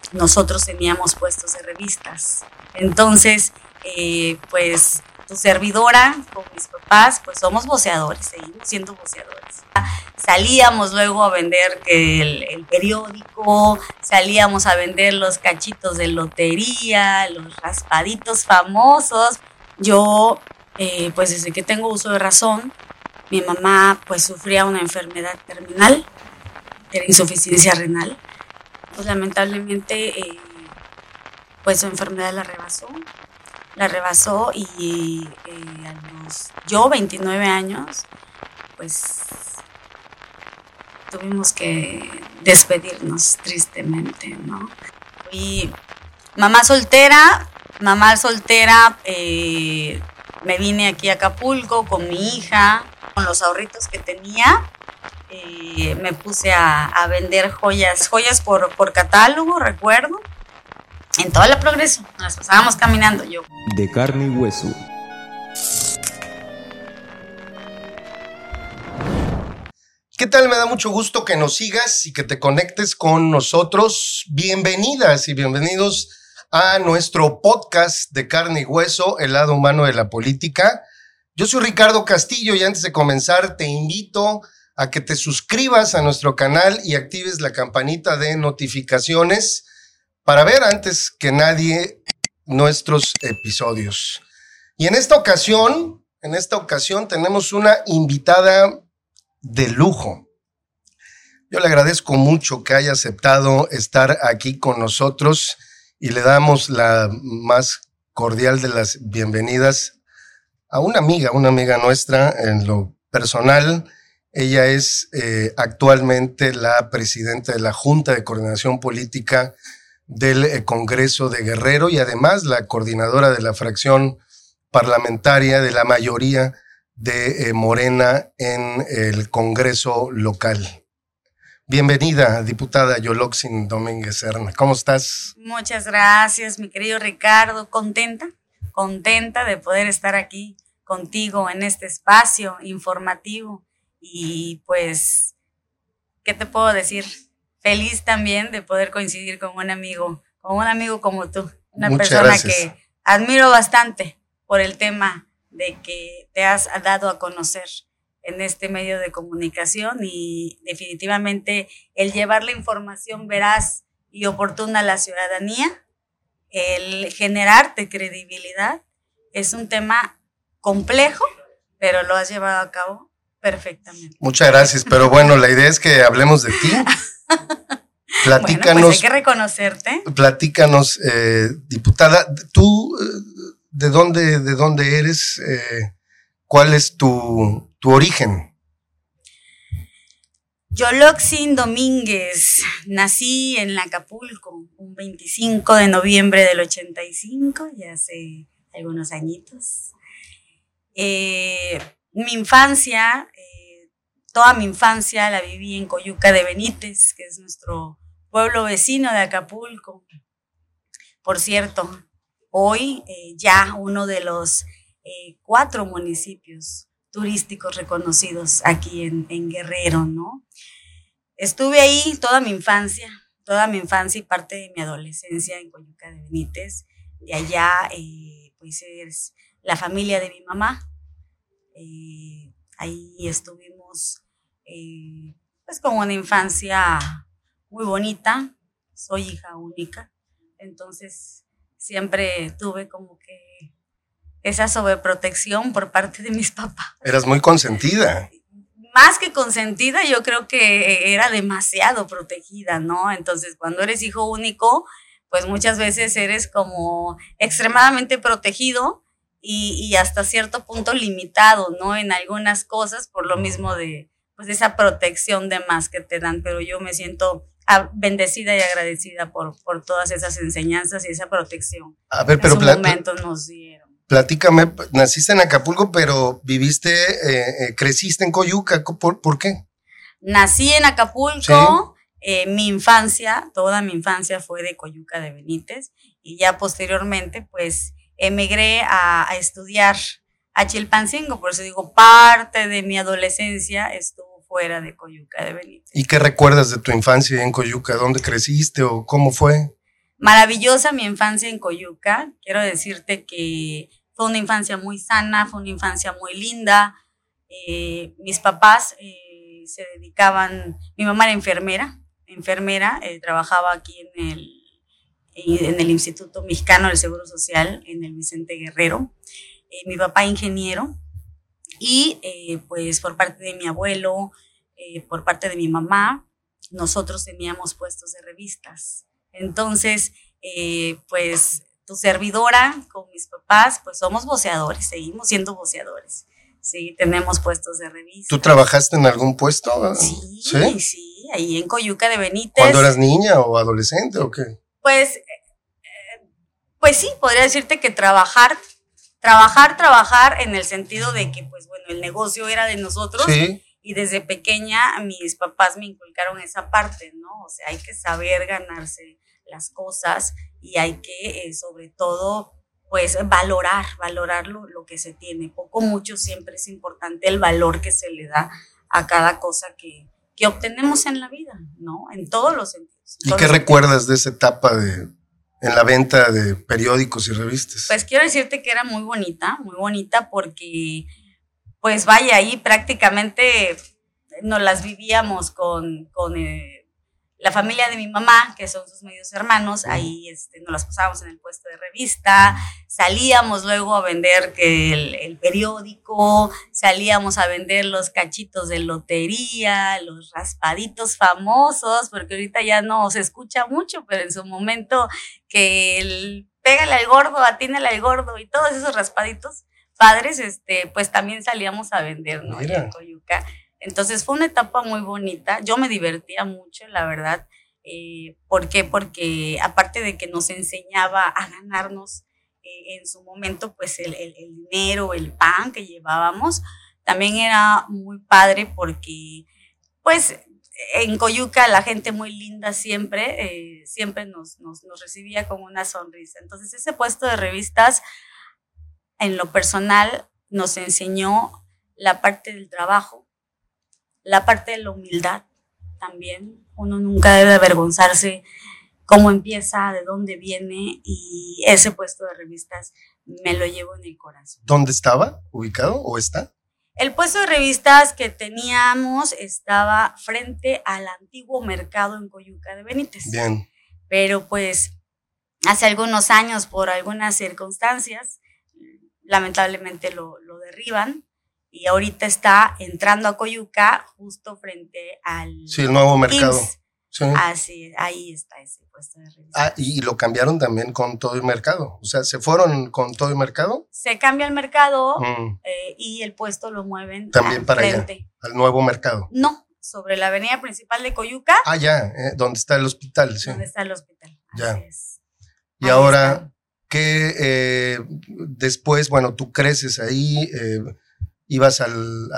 nosotros teníamos puestos de revistas. Entonces, pues tu servidora con mis papás, pues somos voceadores, seguimos siendo voceadores. Salíamos luego a vender el periódico, salíamos a vender los cachitos de lotería, los raspaditos famosos. Yo, pues desde que tengo uso de razón, mi mamá pues sufría una enfermedad terminal, era insuficiencia renal. Pues lamentablemente, pues su enfermedad la rebasó y yo 29 años, pues tuvimos que despedirnos tristemente, ¿no? Y mamá soltera, me vine aquí a Acapulco con mi hija, con los ahorritos que tenía. Me puse a vender joyas por catálogo, recuerdo, en toda la Progreso, nos pasábamos caminando yo. De carne y hueso. ¿Qué tal? Me da mucho gusto que nos sigas y que te conectes con nosotros. Bienvenidas y bienvenidos a nuestro podcast de carne y hueso, el lado humano de la política. Yo soy Ricardo Castillo y antes de comenzar te invito a que te suscribas a nuestro canal y actives la campanita de notificaciones para ver antes que nadie nuestros episodios. Y en esta ocasión tenemos una invitada de lujo. Yo le agradezco mucho que haya aceptado estar aquí con nosotros y le damos la más cordial de las bienvenidas a una amiga nuestra en lo personal. Ella es actualmente la presidenta de la Junta de Coordinación Política del Congreso de Guerrero y además la coordinadora de la fracción parlamentaria de la mayoría de Morena en el Congreso local. Bienvenida, diputada Yoloxin Domínguez Serna. ¿Cómo estás? Muchas gracias, mi querido Ricardo. Contenta de poder estar aquí contigo en este espacio informativo. Y pues, ¿qué te puedo decir? Feliz también de poder coincidir con un amigo como tú, una Muchas persona gracias. que admiro bastante por el tema de que te has dado a conocer en este medio de comunicación y definitivamente el llevar la información veraz y oportuna a la ciudadanía, el generarte credibilidad, es un tema complejo, pero lo has llevado a cabo perfectamente. Muchas gracias, pero bueno, la idea es que hablemos de ti. Platícanos. Bueno, pues hay que reconocerte. Platícanos, diputada, tú, ¿de dónde eres? ¿Cuál es tu origen? Yoloxin Domínguez, nací en Acapulco un 25 de noviembre del 85, ya hace algunos añitos. Mi infancia, toda mi infancia la viví en Coyuca de Benítez, que es nuestro pueblo vecino de Acapulco. Por cierto, hoy ya uno de los 4 municipios turísticos reconocidos aquí en Guerrero, ¿no? Estuve ahí toda mi infancia y parte de mi adolescencia en Coyuca de Benítez. De allá, pues es la familia de mi mamá. Ahí estuvimos pues con una infancia muy bonita. Soy hija única, entonces siempre tuve como que esa sobreprotección por parte de mis papás. Eras muy consentida. Más que consentida, yo creo que era demasiado protegida, ¿no? Entonces, cuando eres hijo único, pues muchas veces eres como extremadamente protegido y hasta cierto punto limitado, ¿no? En algunas cosas, por lo mismo de pues esa protección de más que te dan, pero yo me siento bendecida y agradecida por todas esas enseñanzas y esa protección A ver, que pero en su momento nos dieron. Platícame, naciste en Acapulco, pero creciste en Coyuca, ¿por qué? Nací en Acapulco, sí. Toda mi infancia fue de Coyuca de Benítez y ya posteriormente pues emigré a estudiar a Chilpancingo, por eso digo, parte de mi adolescencia estuvo fuera de Coyuca de Benítez. ¿Y qué recuerdas de tu infancia en Coyuca? ¿Dónde creciste o cómo fue? Maravillosa mi infancia en Coyuca. Quiero decirte que fue una infancia muy sana, fue una infancia muy linda. Mis papás se dedicaban, mi mamá era enfermera, trabajaba aquí en el Instituto Mexicano del Seguro Social, en el Vicente Guerrero. Mi papá ingeniero y pues por parte de mi abuelo, por parte de mi mamá, nosotros teníamos puestos de revistas. Entonces, pues tu servidora con mis papás, pues somos voceadores, seguimos siendo voceadores. Sí, tenemos puestos de revistas. ¿Tú trabajaste en algún puesto? Sí, sí, ahí en Coyuca de Benítez. ¿Cuando eras niña o adolescente o qué? Pues sí, podría decirte que trabajar en el sentido de que, pues bueno, el negocio era de nosotros. Sí. Y desde pequeña mis papás me inculcaron esa parte, ¿no? O sea, hay que saber ganarse las cosas y hay que, sobre todo, pues valorar lo que se tiene. Poco, mucho, siempre es importante el valor que se le da a cada cosa que obtenemos en la vida, ¿no? En todos los sentidos. ¿Y qué recuerdas de esa etapa en la venta de periódicos y revistas? Pues quiero decirte que era muy bonita porque, pues vaya, ahí prácticamente nos las vivíamos con la familia de mi mamá, que son sus medios hermanos. Ahí nos las pasábamos en el puesto de revista, salíamos luego a vender el periódico, salíamos a vender los cachitos de lotería, los raspaditos famosos, porque ahorita ya no se escucha mucho, pero en su momento que pégale al gordo, atínale al gordo y todos esos raspaditos padres, pues también salíamos a vender, ¿no? En Coyuca. Entonces fue una etapa muy bonita. Yo me divertía mucho, la verdad. ¿Por qué? Porque aparte de que nos enseñaba a ganarnos en su momento, pues el dinero, el pan que llevábamos, también era muy padre porque, pues, en Coyuca la gente muy linda siempre nos recibía con una sonrisa. Entonces ese puesto de revistas, en lo personal, nos enseñó la parte del trabajo, la parte de la humildad también. Uno nunca debe avergonzarse cómo empieza, de dónde viene, y ese puesto de revistas me lo llevo en el corazón. ¿Dónde estaba ubicado o está? El puesto de revistas que teníamos estaba frente al antiguo mercado en Coyuca de Benítez. Bien. Pero pues hace algunos años, por algunas circunstancias, lamentablemente lo derriban. Y ahorita está entrando a Coyuca justo frente al... Sí, el nuevo mercado. Sí. Así, ahí está ese puesto de revista. Ah, y lo cambiaron también con todo el mercado. O sea, ¿se fueron con todo el mercado? Se cambia el mercado y el puesto lo mueven también para frente. Allá, al nuevo mercado. No, sobre la avenida principal de Coyuca. Ah, ya, donde está el hospital, sí. Donde está el hospital. Ya. Así es. Y ahí ahora, está. ¿Qué después, bueno, tú creces ahí... ¿Ibas al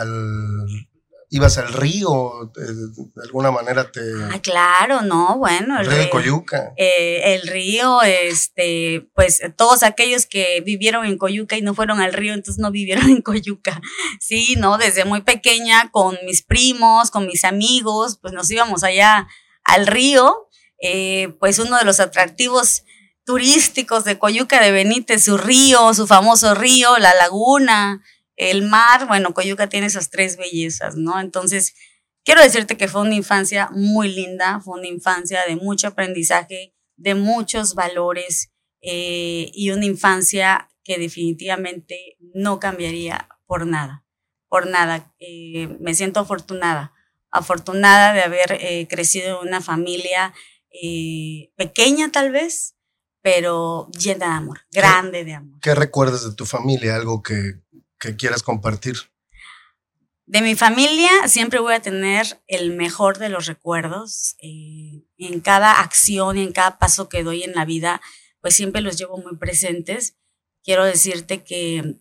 río? De alguna manera claro, no, bueno. El río de Coyuca. El río, pues todos aquellos que vivieron en Coyuca y no fueron al río, entonces no vivieron en Coyuca. Sí, ¿no? Desde muy pequeña, con mis primos, con mis amigos, pues nos íbamos allá al río. Pues uno de los atractivos turísticos de Coyuca de Benítez, su río, su famoso río, la laguna, el mar. Bueno, Coyuca tiene esas tres bellezas, ¿no? Entonces, quiero decirte que fue una infancia muy linda, fue una infancia de mucho aprendizaje, de muchos valores, y una infancia que definitivamente no cambiaría por nada, por nada. Me siento afortunada de haber crecido en una familia pequeña tal vez, pero llena de amor, grande de amor. ¿Qué recuerdas de tu familia? Algo que quieras compartir. De mi familia siempre voy a tener el mejor de los recuerdos. En cada acción y en cada paso que doy en la vida, pues siempre los llevo muy presentes. Quiero decirte que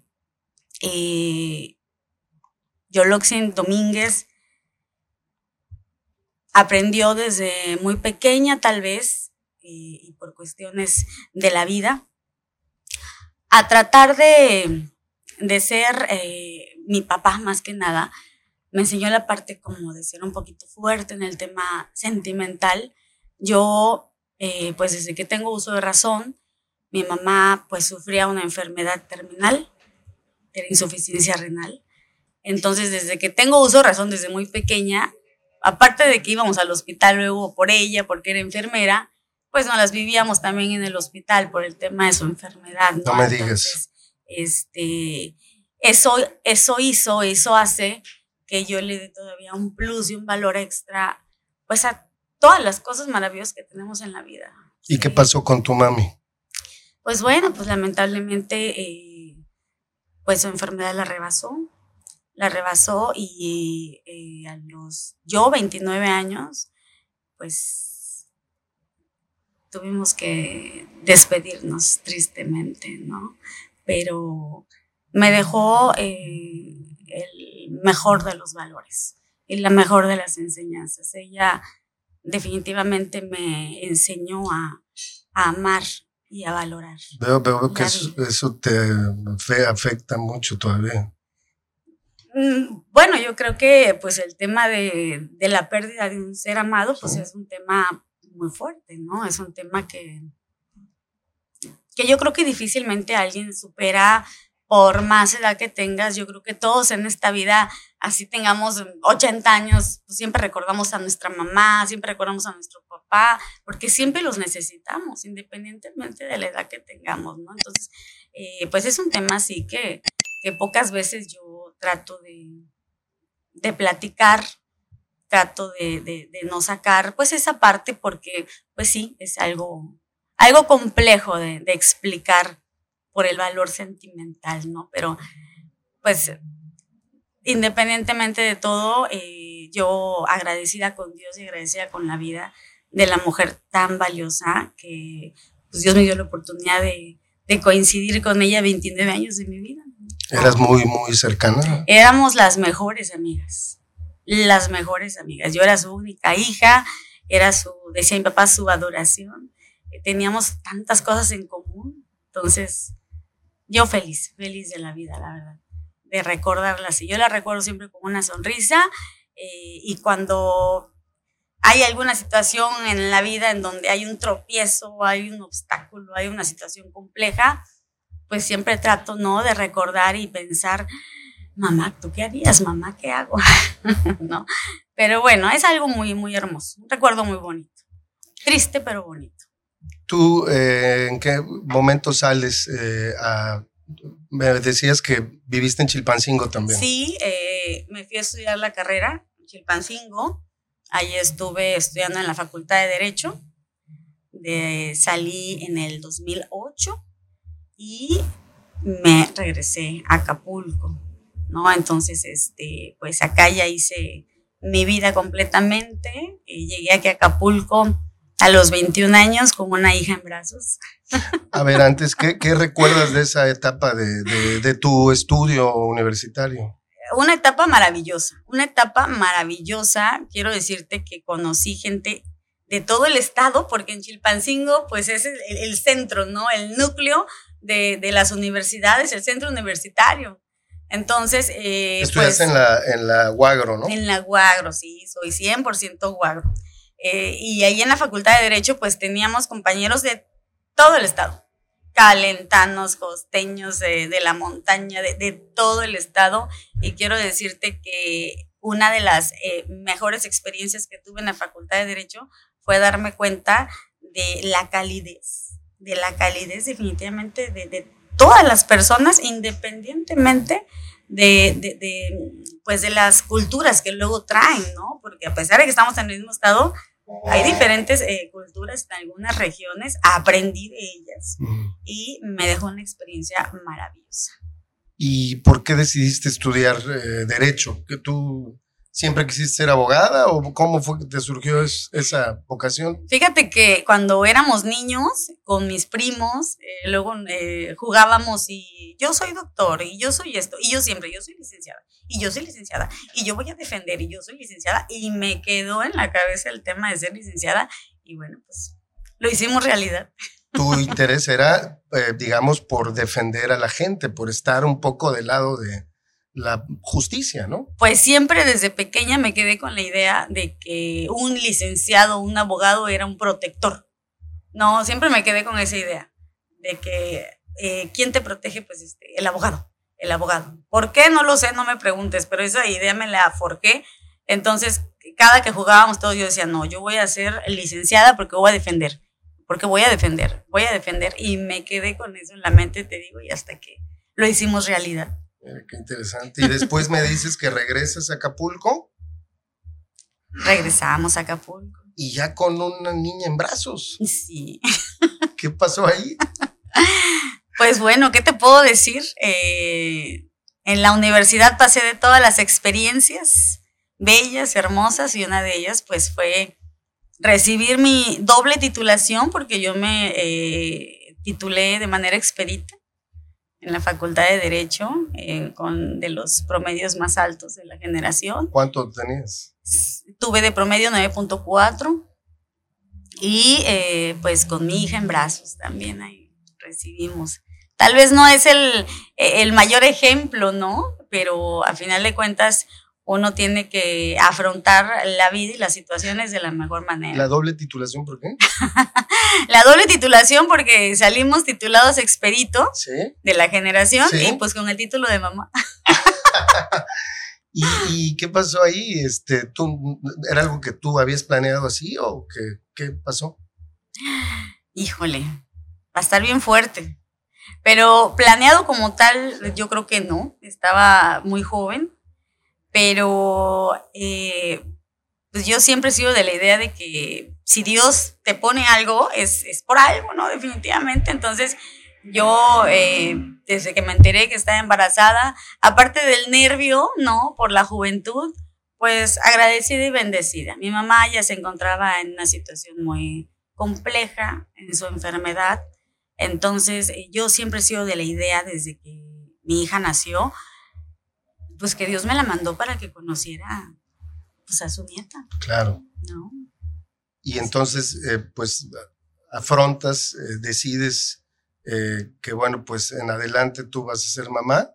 Yoloxin Domínguez aprendió desde muy pequeña, tal vez, y por cuestiones de la vida, a tratar de ser mi papá. Más que nada me enseñó la parte como de ser un poquito fuerte en el tema sentimental. Yo pues desde que tengo uso de razón, mi mamá pues sufría una enfermedad terminal, de insuficiencia renal. Entonces, desde que tengo uso de razón, desde muy pequeña, aparte de que íbamos al hospital luego por ella, porque era enfermera, pues nos las vivíamos también en el hospital por el tema de su enfermedad, ¿no? No me digas. Entonces, eso hace que yo le dé todavía un plus y un valor extra, pues a todas las cosas maravillosas que tenemos en la vida. ¿Y qué pasó con tu mami? Pues bueno, pues lamentablemente, pues su enfermedad la rebasó y yo 29 años, pues tuvimos que despedirnos tristemente, ¿no? Pero me dejó el mejor de los valores y la mejor de las enseñanzas. Ella definitivamente me enseñó a amar y a valorar. Veo que eso te afecta mucho todavía. Bueno, yo creo que pues el tema de la pérdida de un ser amado pues es un tema muy fuerte, ¿no? Es un tema que yo creo que difícilmente alguien supera por más edad que tengas. Yo creo que todos en esta vida, así tengamos 80 años, pues siempre recordamos a nuestra mamá, siempre recordamos a nuestro papá, porque siempre los necesitamos, independientemente de la edad que tengamos, ¿no? Entonces, pues es un tema así que pocas veces yo trato de platicar, trato de no sacar pues esa parte, porque pues sí, es algo complejo de explicar por el valor sentimental, ¿no? Pero pues independientemente de todo, yo agradecida con Dios y agradecida con la vida de la mujer tan valiosa que pues Dios me dio la oportunidad de coincidir con ella 29 años de mi vida. ¿Eras muy, muy cercana? Éramos las mejores amigas. Yo era su única hija, decía mi papá, su adoración. Teníamos tantas cosas en común. Entonces, yo feliz de la vida, la verdad, de recordarla así. Yo la recuerdo siempre con una sonrisa, y cuando hay alguna situación en la vida en donde hay un tropiezo, hay un obstáculo, hay una situación compleja, pues siempre trato, ¿no?, de recordar y pensar, mamá, ¿tú qué harías? Mamá, ¿qué hago? ¿No? Pero bueno, es algo muy, muy hermoso, un recuerdo muy bonito. Triste, pero bonito. ¿Tú en qué momento sales me decías que viviste en Chilpancingo también? Sí, me fui a estudiar la carrera en Chilpancingo. Ahí estuve estudiando en la Facultad de Derecho. Salí en el 2008 y me regresé a Acapulco, ¿no? Entonces, pues acá ya hice mi vida completamente. Llegué aquí a Acapulco a los 21 años con una hija en brazos. A ver, antes, ¿qué recuerdas de esa etapa de tu estudio universitario? Una etapa maravillosa. Quiero decirte que conocí gente de todo el estado, porque en Chilpancingo pues es el centro, ¿no? El núcleo de las universidades, el centro universitario. Entonces, estudiaste pues, en la UAGRO, ¿no? En la UAGRO, sí, soy 100% UAGRO. Y ahí en la Facultad de Derecho pues teníamos compañeros de todo el estado, calentanos, costeños, de la montaña, de todo el estado. Y quiero decirte que una de las mejores experiencias que tuve en la Facultad de Derecho fue darme cuenta de la calidez definitivamente de todas las personas, independientemente pues de las culturas que luego traen, ¿no? Porque a pesar de que estamos en el mismo estado, hay diferentes culturas en algunas regiones. Aprendí de ellas y me dejó una experiencia maravillosa. ¿Y por qué decidiste estudiar Derecho? ¿Que tú siempre quisiste ser abogada o cómo fue que te surgió esa vocación? Fíjate que cuando éramos niños, con mis primos, luego jugábamos y yo soy doctor y yo soy esto, y yo soy licenciada, y yo soy licenciada, y yo voy a defender, y yo soy licenciada, y me quedó en la cabeza el tema de ser licenciada, y bueno, pues lo hicimos realidad. Tu interés era, digamos, por defender a la gente, por estar un poco del lado de la justicia, ¿no? Pues siempre desde pequeña me quedé con la idea de que un licenciado, un abogado era un protector. No, siempre me quedé con esa idea de que ¿quién te protege? Pues el abogado, el abogado. ¿Por qué? No lo sé, no me preguntes, pero esa idea me la forjé. Entonces, cada que jugábamos todos, yo decía, no, yo voy a ser licenciada porque voy a defender, voy a defender. Y me quedé con eso en la mente, te digo, y hasta que lo hicimos realidad. Mira, qué interesante. Y después me dices que regresas a Acapulco. Regresamos a Acapulco. Y ya con una niña en brazos. Sí. ¿Qué pasó ahí? Pues bueno, ¿qué te puedo decir? En la universidad pasé de todas las experiencias bellas, hermosas, y una de ellas pues fue recibir mi doble titulación, porque yo me titulé de manera expedita en la Facultad de Derecho, con de los promedios más altos de la generación. ¿Cuánto tenías? Tuve de promedio 9.4 y pues con mi hija en brazos también ahí recibimos. Tal vez no es el mayor ejemplo, ¿no? Pero a final de cuentas uno tiene que afrontar la vida y las situaciones de la mejor manera. ¿La doble titulación por qué? La doble titulación porque salimos titulados expedito, ¿sí?, de la generación, ¿sí?, y pues con el título de mamá. ¿Y qué pasó ahí? ¿Era algo que tú habías planeado así o qué pasó? Híjole, va a estar bien fuerte. Pero planeado como tal, yo creo que no. Estaba muy joven. Pero pues yo siempre he sido de la idea de que si Dios te pone algo, es por algo, ¿no? Definitivamente. Entonces, yo, desde que me enteré que estaba embarazada, aparte del nervio, ¿no?, por la juventud, pues agradecida y bendecida. Mi mamá ya se encontraba en una situación muy compleja en su enfermedad. Entonces, yo siempre he sido de la idea, desde que mi hija nació, pues que Dios me la mandó para que conociera pues a su nieta. Claro. ¿No? Y entonces, pues afrontas, decides que bueno, pues en adelante tú vas a ser mamá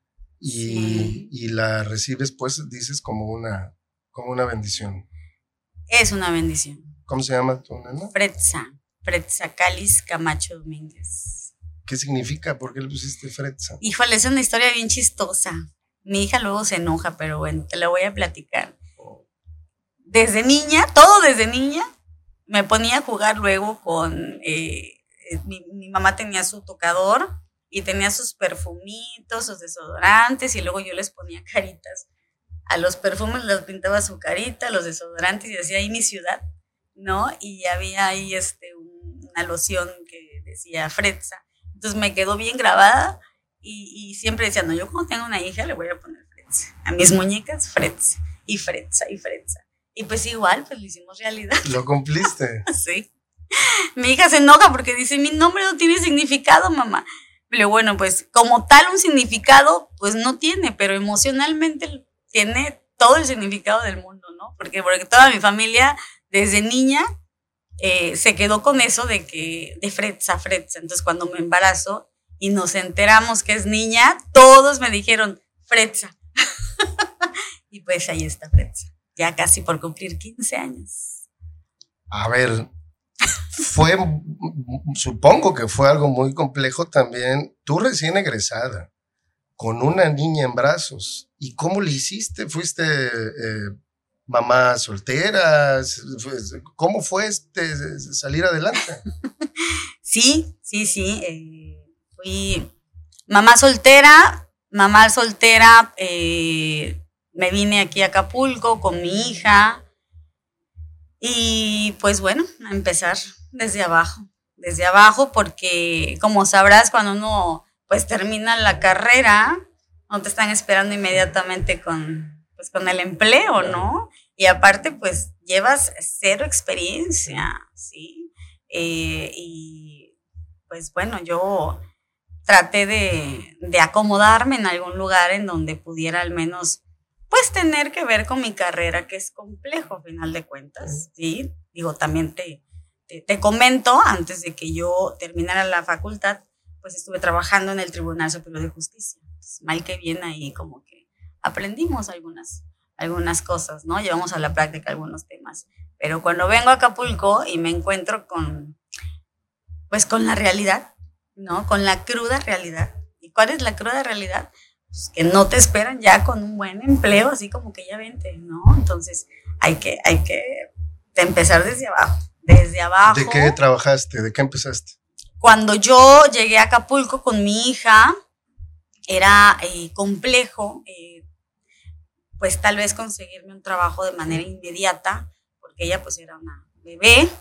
y la recibes, pues dices como una bendición. Es una bendición. ¿Cómo se llama tu nena? Fretza Cáliz Camacho Domínguez. ¿Qué significa? ¿Por qué le pusiste Fretza? Híjole, es una historia bien chistosa. Mi hija luego se enoja, pero bueno, te la voy a platicar. Desde niña, todo desde niña, me ponía a jugar luego con... mi mamá tenía su tocador y tenía sus perfumitos, sus desodorantes, y luego yo les ponía caritas. A los perfumes les pintaba su carita, a los desodorantes, y hacía ahí mi ciudad, ¿no? Y había ahí una loción que decía Fretza. Entonces me quedó bien grabada. Y siempre decía, no, yo cuando tenga una hija le voy a poner Fretza. A mis muñecas, Fretza. Y Fretza, y Fretza. Y pues igual, pues lo hicimos realidad. ¿Lo cumpliste? Sí. Mi hija se enoja porque dice, mi nombre no tiene significado, mamá. Pero bueno, pues como tal un significado, pues no tiene, pero emocionalmente tiene todo el significado del mundo, ¿no? Porque toda mi familia, desde niña, se quedó con eso de Fretza, Fretza. Entonces cuando me embarazo y nos enteramos que es niña, todos me dijeron Fretza. Y pues ahí está Fretza, ya casi por cumplir 15 años. A ver, supongo que fue algo muy complejo también, tú recién egresada, con una niña en brazos. ¿Y cómo le hiciste? ¿Fuiste mamá soltera? ¿Cómo fue salir adelante? Sí. Fui mamá soltera, me vine aquí a Acapulco con mi hija y pues bueno, a empezar desde abajo porque como sabrás, cuando uno pues termina la carrera, no te están esperando inmediatamente con el empleo, ¿no? Y aparte pues llevas cero experiencia, ¿sí? Y pues bueno, yo traté de acomodarme en algún lugar en donde pudiera al menos pues tener que ver con mi carrera, que es complejo a final de cuentas, ¿sí? Digo, también te comento, antes de que yo terminara la facultad, pues estuve trabajando en el Tribunal Superior de Justicia. Entonces, mal que bien ahí como que aprendimos algunas cosas, ¿no? Llevamos a la práctica algunos temas. Pero cuando vengo a Acapulco y me encuentro con pues con la realidad, ¿no? Con la cruda realidad. ¿Y cuál es la cruda realidad? Pues que no te esperan ya con un buen empleo, así como que ya vente, ¿no? Entonces hay que empezar desde abajo. Desde abajo. ¿De qué trabajaste? ¿De qué empezaste? Cuando yo llegué a Acapulco con mi hija, era complejo, pues tal vez conseguirme un trabajo de manera inmediata, porque ella pues era una bebé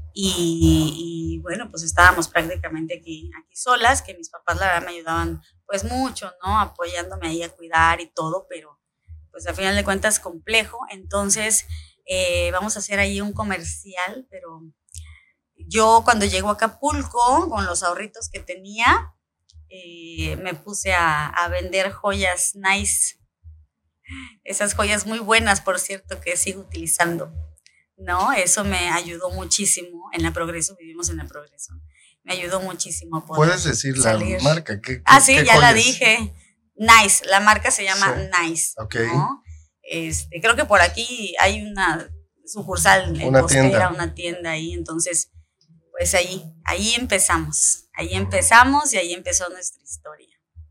y bueno, pues estábamos prácticamente aquí solas, que mis papás la verdad me ayudaban pues mucho, ¿no? Apoyándome ahí a cuidar y todo, pero pues al final de cuentas complejo. Entonces vamos a hacer ahí un comercial, pero yo cuando llego a Acapulco, con los ahorritos que tenía, me puse a vender joyas Nice, esas joyas muy buenas, por cierto, que sigo utilizando, ¿no? Eso me ayudó muchísimo en la Progreso, vivimos en la Progreso, me ayudó muchísimo a poder ¿Puedes decir salir. La marca? Sí, ya joyas? La dije, Nice, la marca se llama Nice, okay. ¿no? Creo que por aquí hay una sucursal en una Costera, una tienda ahí, entonces pues ahí empezamos y ahí empezó nuestra historia.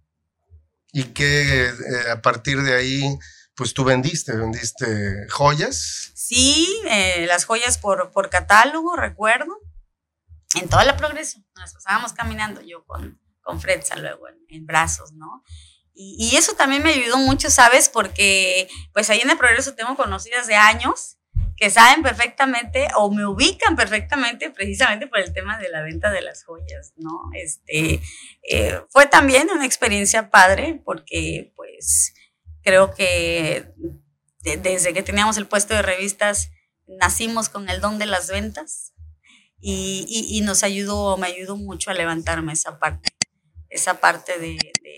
Y que a partir de ahí, pues tú vendiste joyas. Sí, las joyas por catálogo, recuerdo, en toda la Progreso, nos pasábamos caminando, yo con Fredsa luego en brazos, ¿no? Y eso también me ayudó mucho, ¿sabes? Porque pues ahí en el Progreso tengo conocidas de años que saben perfectamente o me ubican perfectamente precisamente por el tema de la venta de las joyas, ¿no? Fue también una experiencia padre porque pues creo que desde que teníamos el puesto de revistas nacimos con el don de las ventas y me ayudó mucho a levantarme esa parte de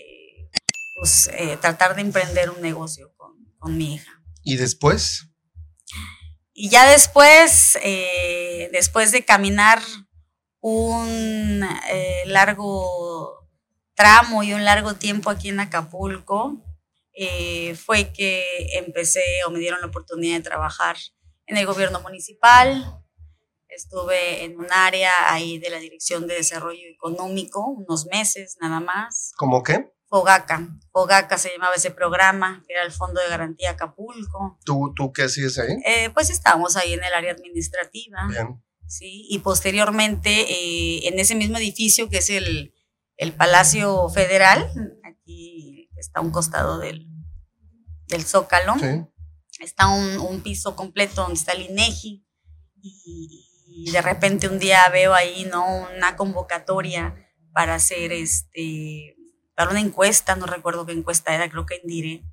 pues, tratar de emprender un negocio con mi hija. ¿Y después? Y ya después de caminar un largo tramo y un largo tiempo aquí en Acapulco, fue que me dieron la oportunidad de trabajar en el gobierno municipal. Estuve en un área ahí de la Dirección de Desarrollo Económico, unos meses nada más. ¿Cómo qué? FOGACA se llamaba ese programa, que era el Fondo de Garantía Acapulco. ¿Tú qué hacías ahí? Pues estábamos ahí en el área administrativa. Bien. Sí, y posteriormente en ese mismo edificio que es el Palacio Federal, aquí está a un costado del Zócalo, sí. Está un piso completo donde está el INEGI y de repente un día veo ahí, ¿no? Una convocatoria para hacer para una encuesta, no recuerdo qué encuesta era, creo que INDIRE.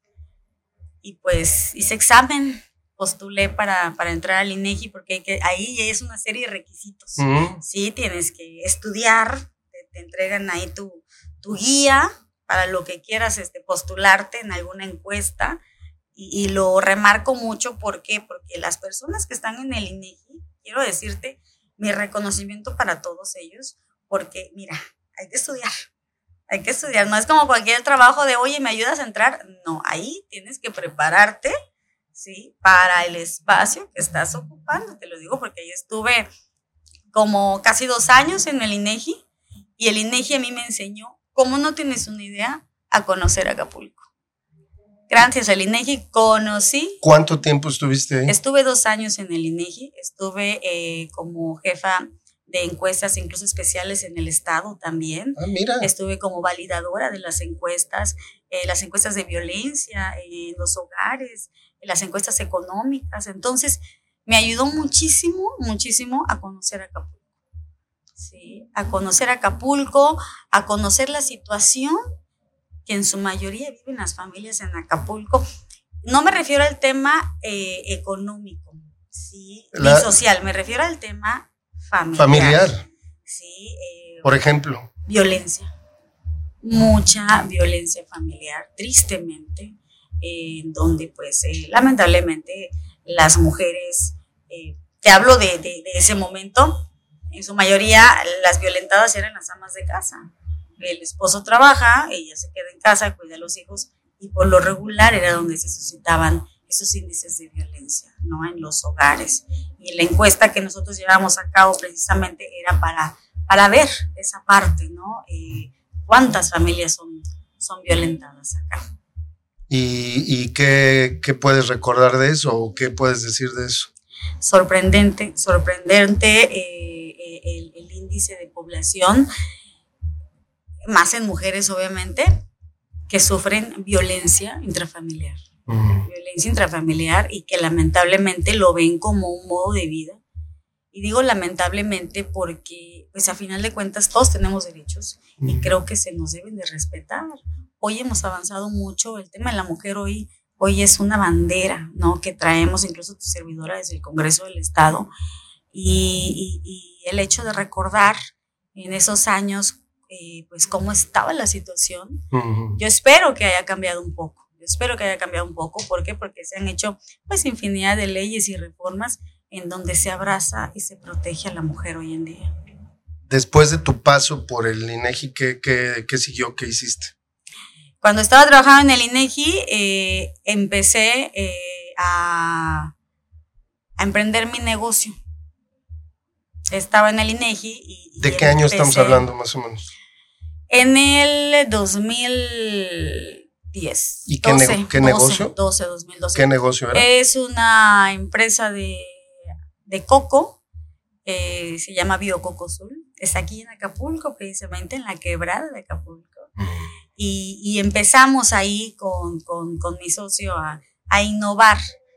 Y pues hice examen, postulé para entrar al INEGI porque ahí es una serie de requisitos. Uh-huh. Sí, tienes que estudiar, te entregan ahí tu guía para lo que quieras postularte en alguna encuesta. Y lo remarco mucho, ¿por qué? Porque las personas que están en el INEGI, quiero decirte mi reconocimiento para todos ellos, porque mira, hay que estudiar, no es como cualquier trabajo de, oye, ¿me ayudas a entrar? No, ahí tienes que prepararte, ¿sí? Para el espacio que estás ocupando, te lo digo porque ahí estuve como casi 2 años en el INEGI y el INEGI a mí me enseñó, como no tienes una idea, a conocer Acapulco. Gracias al INEGI conocí. ¿Cuánto tiempo estuviste ahí? Estuve 2 años en el INEGI, estuve como jefa de encuestas incluso especiales en el estado también. Ah, mira. Estuve como validadora de las encuestas de violencia en los hogares, las encuestas económicas. Entonces, me ayudó muchísimo, muchísimo a conocer Acapulco. Sí, a conocer Acapulco, a conocer la situación que en su mayoría viven las familias en Acapulco. No me refiero al tema económico, ¿sí? Ni social, me refiero al tema familiar. Sí, por ejemplo. Violencia. Mucha violencia familiar, tristemente, donde pues lamentablemente las mujeres, te hablo de ese momento, en su mayoría las violentadas eran las amas de casa. El esposo trabaja, ella se queda en casa, cuida a los hijos y por lo regular era donde se suscitaban esos índices de violencia, ¿no? En los hogares. Y la encuesta que nosotros llevamos a cabo precisamente era para para ver esa parte, ¿no? ¿Cuántas familias son violentadas acá? ¿Y qué puedes recordar de eso o qué puedes decir de eso? Sorprendente el índice de población, más en mujeres obviamente, que sufren violencia intrafamiliar. Violencia intrafamiliar y que lamentablemente lo ven como un modo de vida. Y digo lamentablemente porque, pues a final de cuentas, todos tenemos derechos y creo que se nos deben de respetar. Hoy hemos avanzado mucho, el tema de la mujer hoy es una bandera, ¿no? Que traemos, incluso tu servidora, desde el Congreso del Estado. Y el hecho de recordar en esos años, pues cómo estaba la situación, yo espero que haya cambiado un poco. ¿Por qué? Porque se han hecho pues infinidad de leyes y reformas en donde se abraza y se protege a la mujer hoy en día. Después de tu paso por el INEGI, ¿qué siguió? ¿Qué hiciste? Cuando estaba trabajando en el INEGI, empecé a emprender mi negocio. Estaba en el INEGI. ¿De qué año estamos hablando más o menos? En el 2010. ¿Y qué negocio? 2012. ¿Qué negocio era? Es una empresa de coco, se llama Biococo Azul. Está aquí en Acapulco, precisamente en la quebrada de Acapulco. Y empezamos ahí con mi socio a innovar.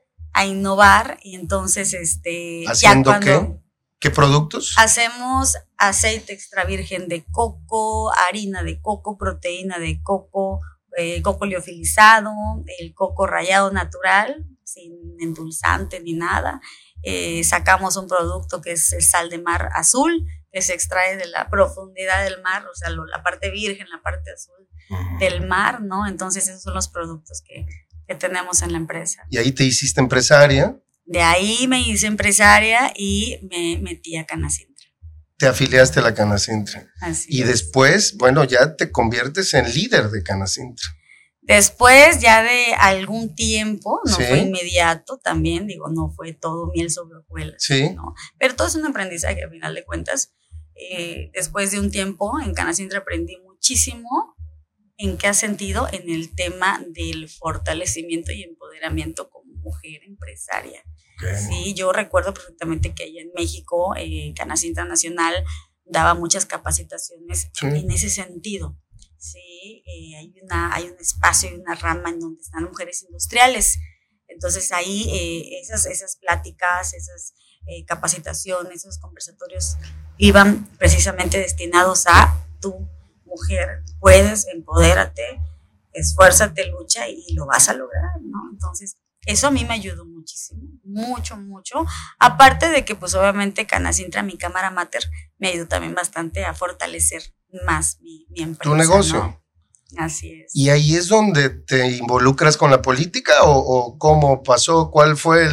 Y entonces, ¿haciendo ya qué? ¿Qué productos? Hacemos aceite extra virgen de coco, harina de coco, proteína de coco, coco liofilizado, el coco rallado natural, sin endulzante ni nada. Sacamos un producto que es el sal de mar azul, que se extrae de la profundidad del mar, o sea, la parte virgen, la parte azul del mar, ¿no? Entonces esos son los productos que tenemos en la empresa. ¿Y ahí te hiciste empresaria? De ahí me hice empresaria y me metí a Canacintra. Te afiliaste a la Canacintra. Así y es. Después, bueno, ya te conviertes en líder de Canacintra. Después ya de algún tiempo, no ¿Sí? fue inmediato también, digo, no fue todo miel sobre hojuelas, ¿Sí? ¿no? Pero todo es un aprendizaje, al final de cuentas. Después de un tiempo en Canacintra aprendí muchísimo. ¿En qué sentido? En el tema del fortalecimiento y empoderamiento como mujer empresaria. Okay. Sí, yo recuerdo perfectamente que allá en México, Canacintra Nacional daba muchas capacitaciones en ese sentido. Sí, hay un espacio, hay una rama en donde están mujeres industriales. Entonces ahí esas pláticas, esas capacitaciones, esos conversatorios iban precisamente destinados a tu mujer, puedes, empodérate, esfuérzate, lucha y lo vas a lograr, ¿no? Entonces eso a mí me ayudó muchísimo, mucho. Aparte de que pues obviamente Canacintra, mi cámara mater, me ayudó también bastante a fortalecer más mi empresa. Tu negocio. ¿No? Así es. ¿Y ahí es donde te involucras con la política o cómo pasó? ¿Cuál fue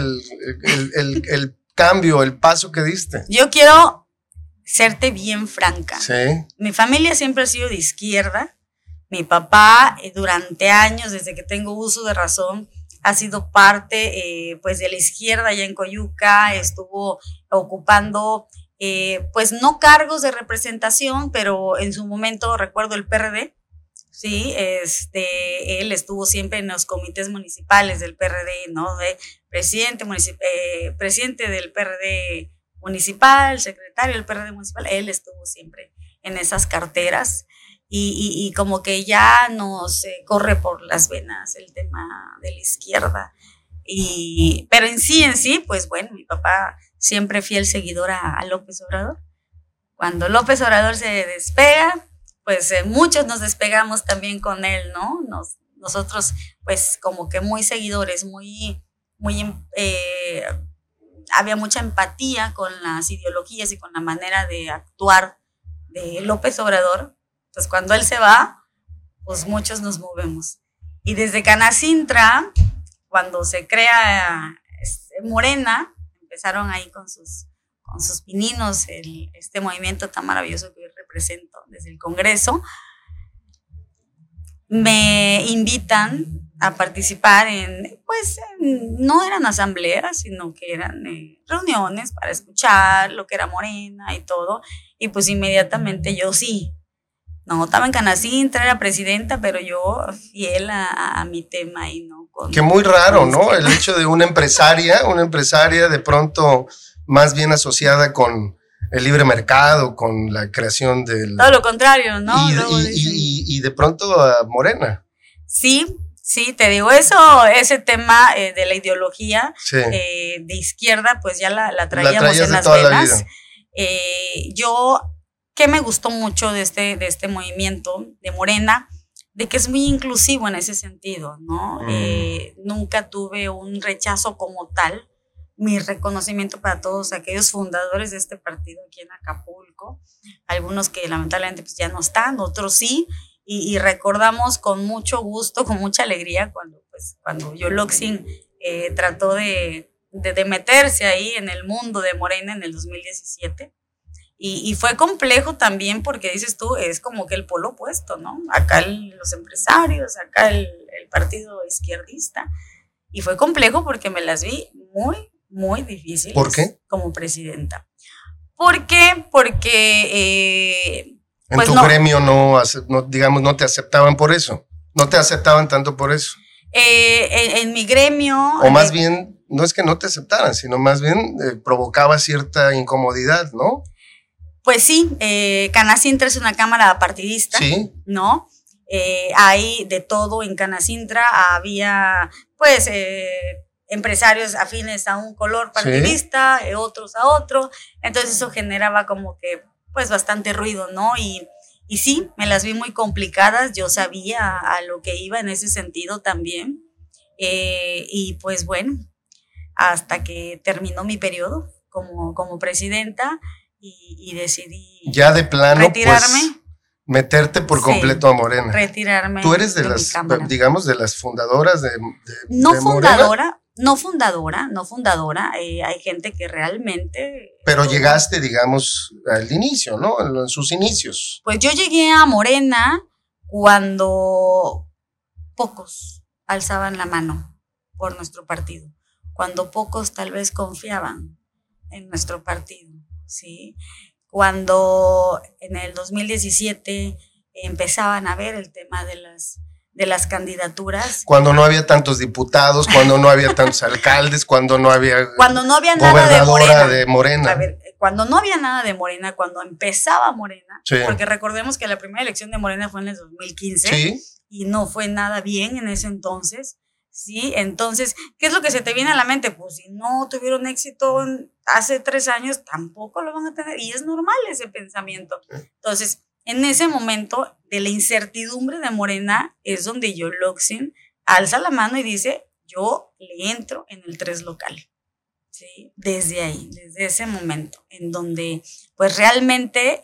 el cambio, el paso que diste? Yo quiero serte bien franca. Sí. Mi familia siempre ha sido de izquierda. Mi papá durante años, desde que tengo uso de razón, ha sido parte pues de la izquierda allá en Coyuca, estuvo ocupando pues no cargos de representación, pero en su momento recuerdo el PRD, sí, él estuvo siempre en los comités municipales del PRD, ¿no? De presidente del PRD municipal, secretario del PRD municipal, él estuvo siempre en esas carteras. Y como que ya nos corre por las venas el tema de la izquierda. Pero en sí, pues bueno, mi papá siempre fiel seguidor a López Obrador. Cuando López Obrador se despega, pues muchos nos despegamos también con él, ¿no? Nosotros, pues como que muy seguidores, había mucha empatía con las ideologías y con la manera de actuar de López Obrador. Entonces, cuando él se va, pues muchos nos movemos. Y desde Canacintra, cuando se crea Morena, empezaron ahí con sus pininos este movimiento tan maravilloso que hoy represento desde el Congreso. Me invitan a participar no eran asambleas, sino que eran reuniones para escuchar lo que era Morena y todo, y pues inmediatamente yo sí. No, estaba en Canacintra, era presidenta, pero yo fiel a mi tema y no con... Que muy raro, ¿no? El hecho de una empresaria de pronto más bien asociada con el libre mercado, con la creación del... Todo lo contrario, ¿no? Y de pronto a Morena. Sí, te digo, ese tema de la ideología de izquierda, pues ya la traíamos en las venas. Yo... ¿Qué me gustó mucho de este movimiento de Morena? De que es muy inclusivo en ese sentido, ¿no? Nunca tuve un rechazo como tal. Mi reconocimiento para todos aquellos fundadores de este partido aquí en Acapulco, algunos que lamentablemente pues ya no están, otros sí, y recordamos con mucho gusto, con mucha alegría cuando Yoloxin trató de meterse ahí en el mundo de Morena en el 2017. Y fue complejo también porque dices tú, es como que el polo opuesto, ¿no? Acá los empresarios, acá el partido izquierdista. Y fue complejo porque me las vi muy, muy difíciles. ¿Por qué? Como presidenta. ¿Por qué? Porque... en tu gremio no te aceptaban por eso. No te aceptaban tanto por eso. En mi gremio... O más bien, no es que no te aceptaran, sino más bien provocaba cierta incomodidad, ¿no? Pues sí, Canacintra es una cámara partidista, sí, ¿no? Hay de todo en Canacintra, había pues empresarios afines a un color partidista, sí, otros a otro, entonces eso generaba como que pues bastante ruido, ¿no? Y sí, me las vi muy complicadas, yo sabía a lo que iba en ese sentido también, y pues bueno, hasta que terminó mi periodo como presidenta, y decidí ya de plano retirarme, pues, meterte por completo a Morena. Retirarme. Tú eres de las, digamos, de las fundadoras de no de fundadora, Morena. No fundadora, hay gente que realmente... Pero llegaste, digamos, al inicio, ¿no? En sus inicios. Pues yo llegué a Morena cuando pocos alzaban la mano por nuestro partido, cuando pocos tal vez confiaban en nuestro partido. ¿Sí? Cuando en el 2017 empezaban a ver el tema de las candidaturas. Cuando no había tantos diputados, cuando no había tantos alcaldes, cuando no había nada de Morena. A ver, cuando no había nada de Morena, cuando empezaba Morena, sí, porque recordemos que la primera elección de Morena fue en el 2015, sí, y no fue nada bien en ese entonces. Sí, entonces, ¿qué es lo que se te viene a la mente? Pues si no tuvieron éxito hace 3 años, tampoco lo van a tener, y es normal ese pensamiento. Entonces, en ese momento de la incertidumbre de Morena es donde Yoloxin alza la mano y dice, yo le entro en el 3 local. ¿Sí? Desde ahí, desde ese momento, en donde pues realmente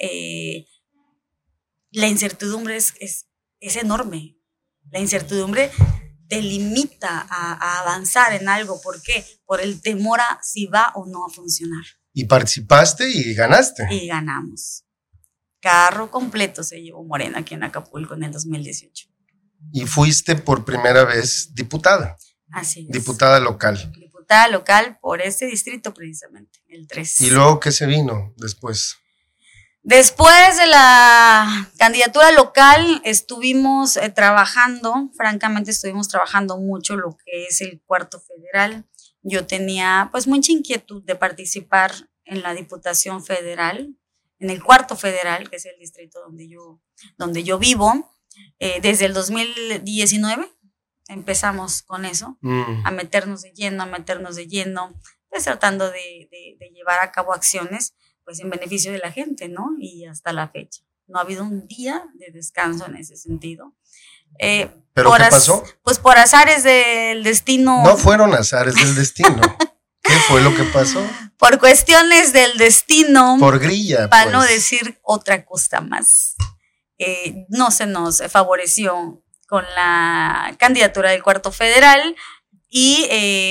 la incertidumbre es enorme. La incertidumbre te limita a avanzar en algo. ¿Por qué? Por el temor a si va o no a funcionar. Y participaste y ganaste. Y ganamos. Carro completo se llevó Morena aquí en Acapulco en el 2018. Y fuiste por primera vez diputada. Así es. Diputada local. Diputada local por ese distrito precisamente, el 3. ¿Y luego qué se vino después? Después de la candidatura local estuvimos trabajando, francamente estuvimos trabajando mucho lo que es el cuarto federal. Yo tenía pues mucha inquietud de participar en la Diputación Federal, en el cuarto federal, que es el distrito donde yo vivo. Desde el 2019 empezamos con eso, a meternos de lleno, pues tratando de llevar a cabo acciones pues en beneficio de la gente, ¿no? Y hasta la fecha. No ha habido un día de descanso en ese sentido. ¿Pero qué pasó? Pues por azares del destino. No fueron azares del destino. ¿Qué fue lo que pasó? Por cuestiones del destino. Por grilla, para no decir otra cosa más. No se nos favoreció con la candidatura del cuarto federal y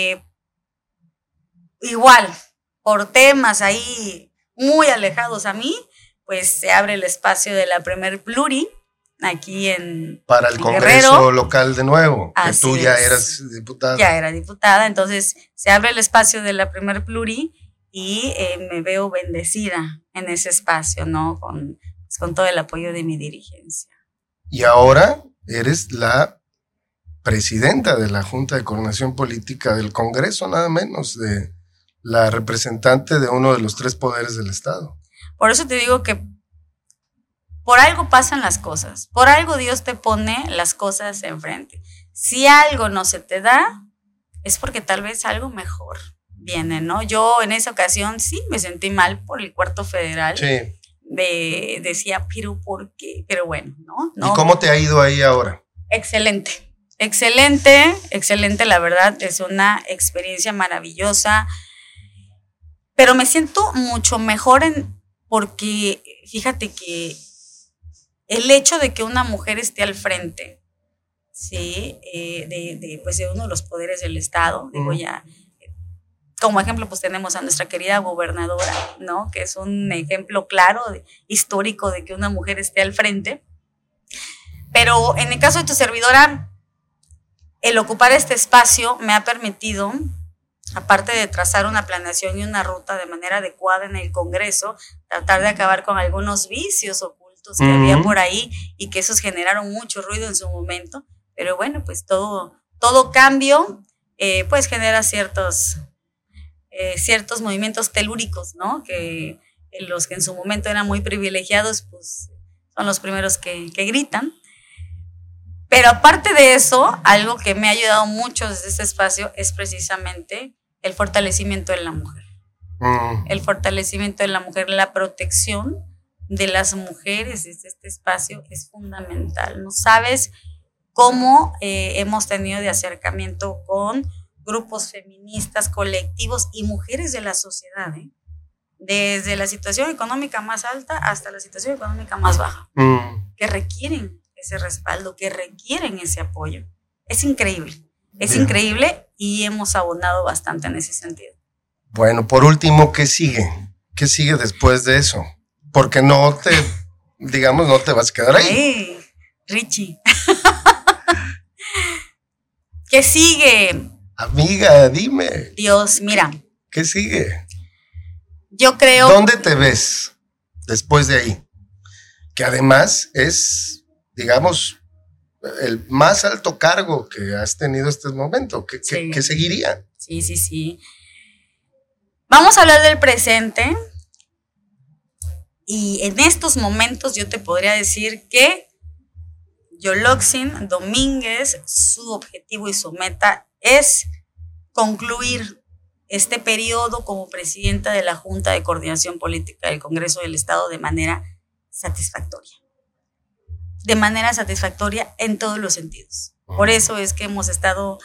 igual, por temas ahí muy alejados a mí, pues se abre el espacio de la primer pluri aquí en para el en Congreso Guerrero. local de nuevo, que Así tú ya es. eras diputada. Ya era diputada, entonces se abre el espacio de la primer pluri y me veo bendecida en ese espacio, ¿no? Con todo el apoyo de mi dirigencia. Y ahora eres la presidenta de la Junta de Coordinación Política del Congreso, nada menos, de la representante de uno de los 3 poderes del Estado. Por eso te digo que por algo pasan las cosas, por algo Dios te pone las cosas enfrente. Si algo no se te da, es porque tal vez algo mejor viene, ¿no? Yo en esa ocasión sí me sentí mal por el cuarto federal. Sí. Decía, pero ¿por qué? Pero bueno, ¿no? ¿Y cómo te ha ido ahí ahora? Excelente, excelente, excelente, la verdad, es una experiencia maravillosa, pero me siento mucho mejor porque fíjate que el hecho de que una mujer esté al frente, ¿sí? Pues de uno de los poderes del Estado, digo ya, como ejemplo pues tenemos a nuestra querida gobernadora, ¿no? Que es un ejemplo claro, histórico de que una mujer esté al frente. Pero en el caso de tu servidora, el ocupar este espacio me ha permitido, aparte de trazar una planeación y una ruta de manera adecuada en el Congreso, tratar de acabar con algunos vicios ocultos que había por ahí y que esos generaron mucho ruido en su momento. Pero bueno, pues todo cambio pues genera ciertos movimientos telúricos, ¿no? Que los que en su momento eran muy privilegiados, pues son los primeros que gritan. Pero aparte de eso, algo que me ha ayudado mucho desde este espacio es precisamente el fortalecimiento de la mujer. El fortalecimiento de la mujer, la protección de las mujeres desde este espacio es fundamental. No sabes cómo hemos tenido de acercamiento con grupos feministas, colectivos y mujeres de la sociedad, desde la situación económica más alta hasta la situación económica más baja, que requieren ese respaldo, que requieren ese apoyo. Es increíble, increíble y hemos abonado bastante en ese sentido. Bueno, por último, ¿qué sigue? ¿Qué sigue después de eso? Porque no te vas a quedar ahí. Ay, Richie. ¿Qué sigue? Amiga, dime. Dios, mira. ¿Qué sigue? Yo creo... ¿Dónde te ves después de ahí? Que además es, digamos, el más alto cargo que has tenido hasta el momento. ¿Qué seguiría? Sí. Vamos a hablar del presente. Y en estos momentos yo te podría decir que Yoloxin Domínguez, su objetivo y su meta es concluir este periodo como presidenta de la Junta de Coordinación Política del Congreso del Estado de manera satisfactoria. De manera satisfactoria en todos los sentidos. Por eso es que hemos estado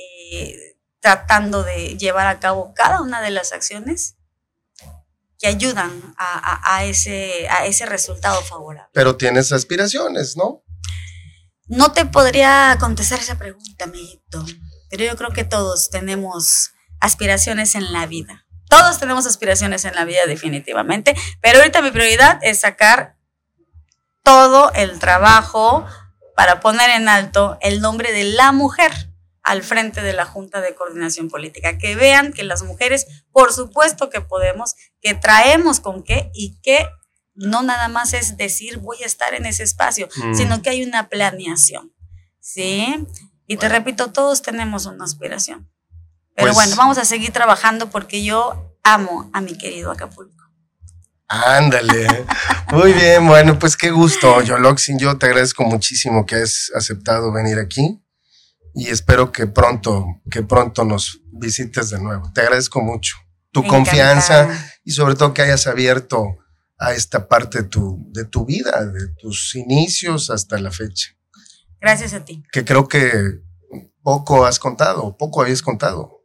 tratando de llevar a cabo cada una de las acciones que ayudan a ese resultado favorable. Pero tienes aspiraciones, ¿no? No te podría contestar esa pregunta, amiguito, pero yo creo que todos tenemos aspiraciones en la vida. Todos tenemos aspiraciones en la vida definitivamente, pero ahorita mi prioridad es sacar todo el trabajo para poner en alto el nombre de la mujer al frente de la Junta de Coordinación Política. Que vean que las mujeres, por supuesto que podemos, que traemos con qué y que no nada más es decir voy a estar en ese espacio, sino que hay una planeación, ¿sí? Y te repito, todos tenemos una aspiración. Pero bueno, vamos a seguir trabajando porque yo amo a mi querido Acapulco. Ándale. Muy bien, bueno, pues qué gusto, Yoloxin. Yo te agradezco muchísimo que hayas aceptado venir aquí y espero que pronto nos visites de nuevo. Te agradezco mucho tu confianza y sobre todo que hayas abierto a esta parte de tu vida, de tus inicios hasta la fecha. Gracias a ti. Que creo que poco habías contado.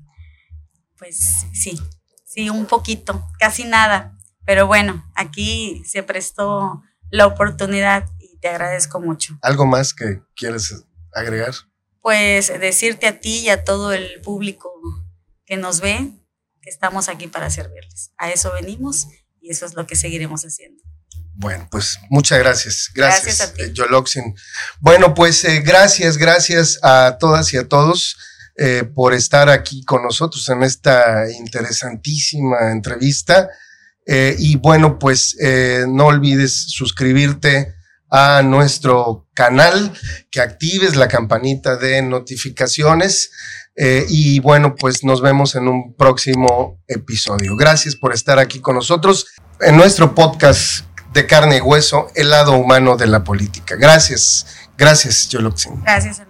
Pues sí, un poquito, casi nada. Pero bueno, aquí se prestó la oportunidad y te agradezco mucho. ¿Algo más que quieres agregar? Pues decirte a ti y a todo el público que nos ve que estamos aquí para servirles. A eso venimos y eso es lo que seguiremos haciendo. Bueno, pues muchas gracias. Gracias a ti. Yoloxin. Bueno, pues gracias a todas y a todos por estar aquí con nosotros en esta interesantísima entrevista. Y bueno, pues no olvides suscribirte a nuestro canal, que actives la campanita de notificaciones. Y bueno, pues nos vemos en un próximo episodio. Gracias por estar aquí con nosotros en nuestro podcast de carne y hueso, el lado humano de la política. Gracias, Yoloxin. Gracias.